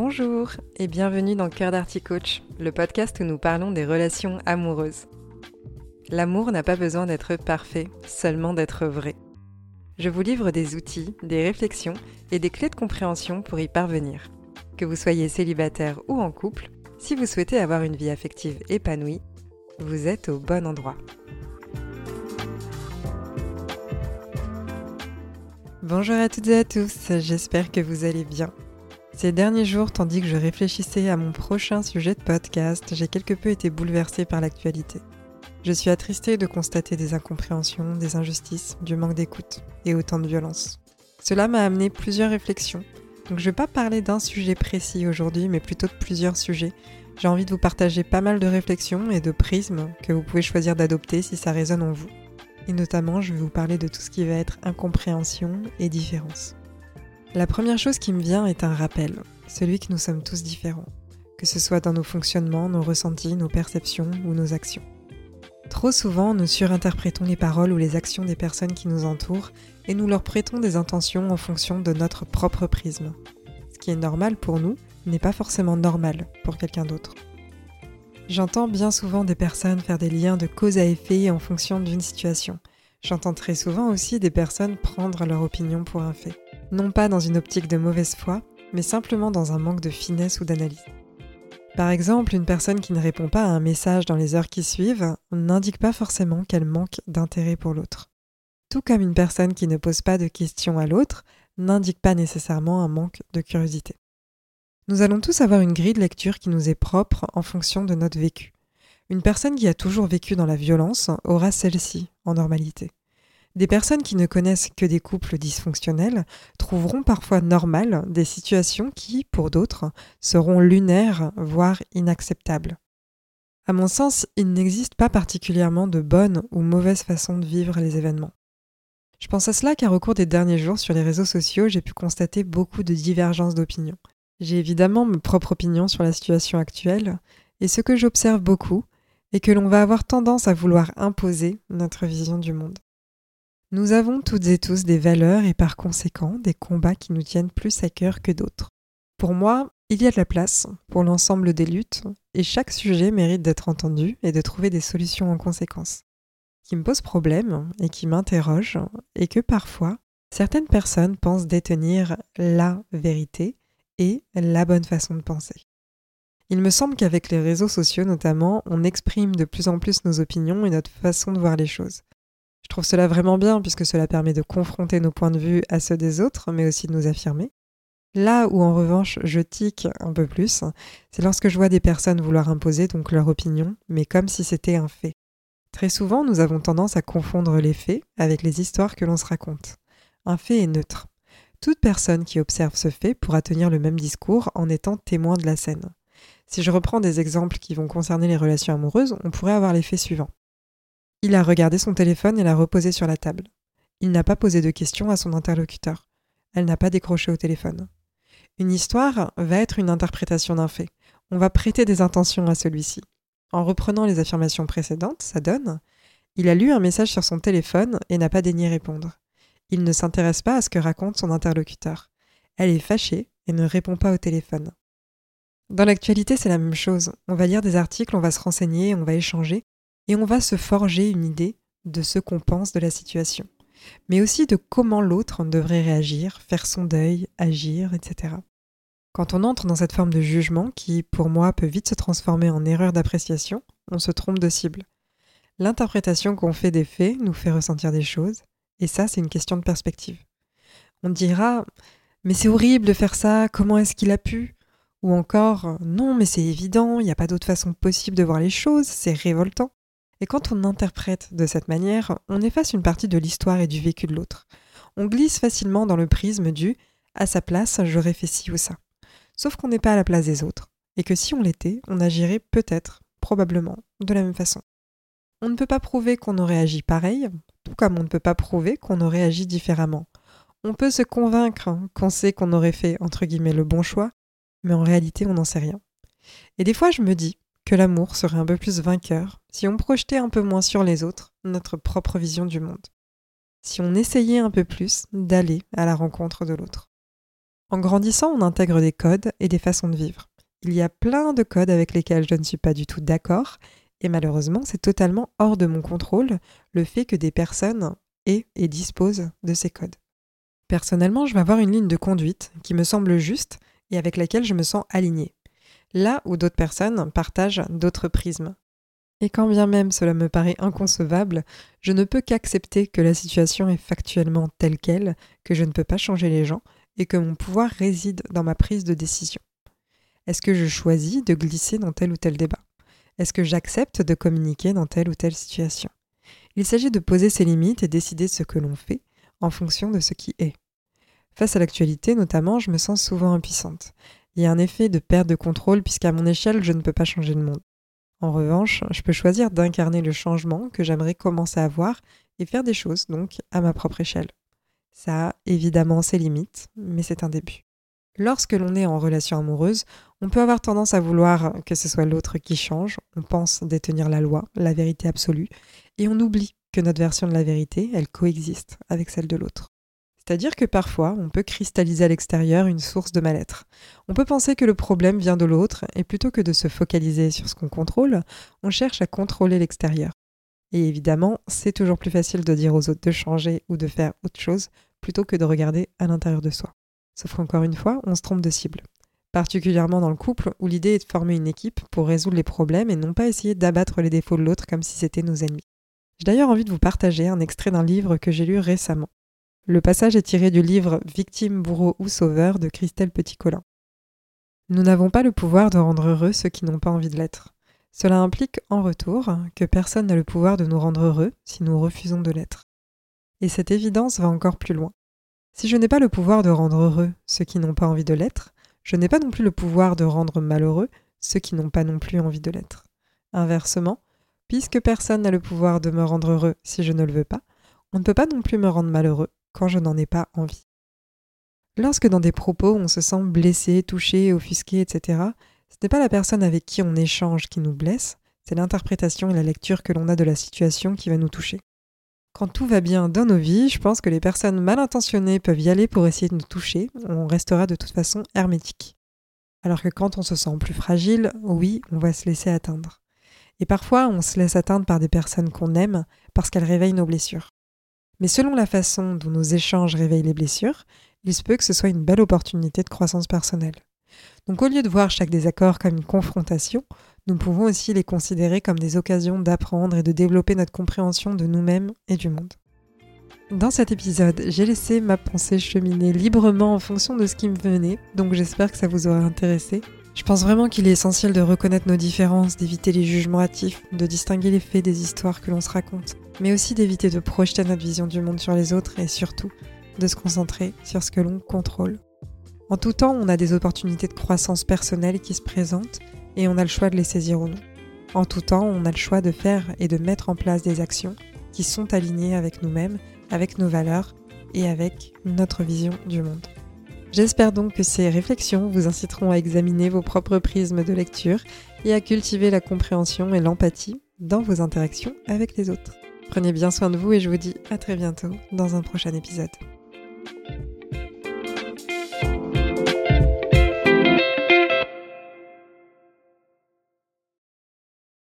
Bonjour et bienvenue dans Cœur d'Arty Coach, le podcast où nous parlons des relations amoureuses. L'amour n'a pas besoin d'être parfait, seulement d'être vrai. Je vous livre des outils, des réflexions et des clés de compréhension pour y parvenir. Que vous soyez célibataire ou en couple, si vous souhaitez avoir une vie affective épanouie, vous êtes au bon endroit. Bonjour à toutes et à tous, j'espère que vous allez bien. Ces derniers jours, tandis que je réfléchissais à mon prochain sujet de podcast, j'ai quelque peu été bouleversée par l'actualité. Je suis attristée de constater des incompréhensions, des injustices, du manque d'écoute et autant de violence. Cela m'a amené plusieurs réflexions. Donc je ne vais pas parler d'un sujet précis aujourd'hui, mais plutôt de plusieurs sujets. J'ai envie de vous partager pas mal de réflexions et de prismes que vous pouvez choisir d'adopter si ça résonne en vous. Et notamment, je vais vous parler de tout ce qui va être incompréhension et différence. La première chose qui me vient est un rappel, celui que nous sommes tous différents, que ce soit dans nos fonctionnements, nos ressentis, nos perceptions ou nos actions. Trop souvent, nous surinterprétons les paroles ou les actions des personnes qui nous entourent et nous leur prêtons des intentions en fonction de notre propre prisme. Ce qui est normal pour nous n'est pas forcément normal pour quelqu'un d'autre. J'entends bien souvent des personnes faire des liens de cause à effet en fonction d'une situation. J'entends très souvent aussi des personnes prendre leur opinion pour un fait. Non pas dans une optique de mauvaise foi, mais simplement dans un manque de finesse ou d'analyse. Par exemple, une personne qui ne répond pas à un message dans les heures qui suivent n'indique pas forcément qu'elle manque d'intérêt pour l'autre. Tout comme une personne qui ne pose pas de questions à l'autre n'indique pas nécessairement un manque de curiosité. Nous allons tous avoir une grille de lecture qui nous est propre en fonction de notre vécu. Une personne qui a toujours vécu dans la violence aura celle-ci en normalité. Des personnes qui ne connaissent que des couples dysfonctionnels trouveront parfois normales des situations qui, pour d'autres, seront lunaires, voire inacceptables. À mon sens, il n'existe pas particulièrement de bonne ou mauvaise façon de vivre les événements. Je pense à cela car au cours des derniers jours sur les réseaux sociaux, j'ai pu constater beaucoup de divergences d'opinions. J'ai évidemment ma propre opinion sur la situation actuelle, et ce que j'observe beaucoup est que l'on va avoir tendance à vouloir imposer notre vision du monde. Nous avons toutes et tous des valeurs et par conséquent des combats qui nous tiennent plus à cœur que d'autres. Pour moi, il y a de la place pour l'ensemble des luttes et chaque sujet mérite d'être entendu et de trouver des solutions en conséquence. Ce qui me pose problème et qui m'interroge est que parfois, certaines personnes pensent détenir la vérité et la bonne façon de penser. Il me semble qu'avec les réseaux sociaux notamment, on exprime de plus en plus nos opinions et notre façon de voir les choses. Je trouve cela vraiment bien puisque cela permet de confronter nos points de vue à ceux des autres, mais aussi de nous affirmer. Là où en revanche je tique un peu plus, c'est lorsque je vois des personnes vouloir imposer donc leur opinion, mais comme si c'était un fait. Très souvent, nous avons tendance à confondre les faits avec les histoires que l'on se raconte. Un fait est neutre. Toute personne qui observe ce fait pourra tenir le même discours en étant témoin de la scène. Si je reprends des exemples qui vont concerner les relations amoureuses, on pourrait avoir les faits suivants. Il a regardé son téléphone et l'a reposé sur la table. Il n'a pas posé de questions à son interlocuteur. Elle n'a pas décroché au téléphone. Une histoire va être une interprétation d'un fait. On va prêter des intentions à celui-ci. En reprenant les affirmations précédentes, ça donne « Il a lu un message sur son téléphone et n'a pas daigné répondre. Il ne s'intéresse pas à ce que raconte son interlocuteur. Elle est fâchée et ne répond pas au téléphone. » Dans l'actualité, c'est la même chose. On va lire des articles, on va se renseigner, on va échanger, et on va se forger une idée de ce qu'on pense de la situation, mais aussi de comment l'autre devrait réagir, faire son deuil, agir, etc. Quand on entre dans cette forme de jugement qui, pour moi, peut vite se transformer en erreur d'appréciation, on se trompe de cible. L'interprétation qu'on fait des faits nous fait ressentir des choses, et ça, c'est une question de perspective. On dira « Mais c'est horrible de faire ça, comment est-ce qu'il a pu ?» Ou encore « Non, mais c'est évident, il n'y a pas d'autre façon possible de voir les choses, c'est révoltant. » Et quand on interprète de cette manière, on efface une partie de l'histoire et du vécu de l'autre. On glisse facilement dans le prisme du « à sa place, j'aurais fait ci ou ça ». Sauf qu'on n'est pas à la place des autres, et que si on l'était, on agirait peut-être, probablement, de la même façon. On ne peut pas prouver qu'on aurait agi pareil, tout comme on ne peut pas prouver qu'on aurait agi différemment. On peut se convaincre qu'on sait qu'on aurait fait, entre guillemets, le bon choix, mais en réalité, on n'en sait rien. Et des fois, je me dis que l'amour serait un peu plus vainqueur si on projetait un peu moins sur les autres notre propre vision du monde. Si on essayait un peu plus d'aller à la rencontre de l'autre. En grandissant, on intègre des codes et des façons de vivre. Il y a plein de codes avec lesquels je ne suis pas du tout d'accord, et malheureusement, c'est totalement hors de mon contrôle le fait que des personnes aient et disposent de ces codes. Personnellement, je vais avoir une ligne de conduite qui me semble juste et avec laquelle je me sens alignée, là où d'autres personnes partagent d'autres prismes. Et quand bien même cela me paraît inconcevable, je ne peux qu'accepter que la situation est factuellement telle qu'elle, que je ne peux pas changer les gens et que mon pouvoir réside dans ma prise de décision. Est-ce que je choisis de glisser dans tel ou tel débat ? Est-ce que j'accepte de communiquer dans telle ou telle situation ? Il s'agit de poser ses limites et décider ce que l'on fait en fonction de ce qui est. Face à l'actualité notamment, je me sens souvent impuissante. Il y a un effet de perte de contrôle puisqu'à mon échelle, je ne peux pas changer le monde. En revanche, je peux choisir d'incarner le changement que j'aimerais commencer à voir et faire des choses, donc, à ma propre échelle. Ça a évidemment ses limites, mais c'est un début. Lorsque l'on est en relation amoureuse, on peut avoir tendance à vouloir que ce soit l'autre qui change, on pense détenir la loi, la vérité absolue, et on oublie que notre version de la vérité, elle coexiste avec celle de l'autre. C'est-à-dire que parfois, on peut cristalliser à l'extérieur une source de mal-être. On peut penser que le problème vient de l'autre, et plutôt que de se focaliser sur ce qu'on contrôle, on cherche à contrôler l'extérieur. Et évidemment, c'est toujours plus facile de dire aux autres de changer ou de faire autre chose, plutôt que de regarder à l'intérieur de soi. Sauf qu'encore une fois, on se trompe de cible. Particulièrement dans le couple, où l'idée est de former une équipe pour résoudre les problèmes et non pas essayer d'abattre les défauts de l'autre comme si c'était nos ennemis. J'ai d'ailleurs envie de vous partager un extrait d'un livre que j'ai lu récemment. Le passage est tiré du livre « Victime, bourreau ou sauveur » de Christelle Petit-Colin. Nous n'avons pas le pouvoir de rendre heureux ceux qui n'ont pas envie de l'être. Cela implique, en retour, que personne n'a le pouvoir de nous rendre heureux si nous refusons de l'être. Et cette évidence va encore plus loin. Si je n'ai pas le pouvoir de rendre heureux ceux qui n'ont pas envie de l'être, je n'ai pas non plus le pouvoir de rendre malheureux ceux qui n'ont pas non plus envie de l'être. Inversement, puisque personne n'a le pouvoir de me rendre heureux si je ne le veux pas, on ne peut pas non plus me rendre malheureux quand je n'en ai pas envie. Lorsque dans des propos on se sent blessé, touché, offusqué, etc., ce n'est pas la personne avec qui on échange qui nous blesse, c'est l'interprétation et la lecture que l'on a de la situation qui va nous toucher. Quand tout va bien dans nos vies, je pense que les personnes mal intentionnées peuvent y aller pour essayer de nous toucher, on restera de toute façon hermétique. Alors que quand on se sent plus fragile, oui, on va se laisser atteindre. Et parfois, on se laisse atteindre par des personnes qu'on aime parce qu'elles réveillent nos blessures. Mais selon la façon dont nos échanges réveillent les blessures, il se peut que ce soit une belle opportunité de croissance personnelle. Donc au lieu de voir chaque désaccord comme une confrontation, nous pouvons aussi les considérer comme des occasions d'apprendre et de développer notre compréhension de nous-mêmes et du monde. Dans cet épisode, j'ai laissé ma pensée cheminer librement en fonction de ce qui me venait, donc j'espère que ça vous aura intéressé. Je pense vraiment qu'il est essentiel de reconnaître nos différences, d'éviter les jugements hâtifs, de distinguer les faits des histoires que l'on se raconte, mais aussi d'éviter de projeter notre vision du monde sur les autres et surtout de se concentrer sur ce que l'on contrôle. En tout temps, on a des opportunités de croissance personnelle qui se présentent et on a le choix de les saisir ou non. En tout temps, on a le choix de faire et de mettre en place des actions qui sont alignées avec nous-mêmes, avec nos valeurs et avec notre vision du monde. J'espère donc que ces réflexions vous inciteront à examiner vos propres prismes de lecture et à cultiver la compréhension et l'empathie dans vos interactions avec les autres. Prenez bien soin de vous et je vous dis à très bientôt dans un prochain épisode.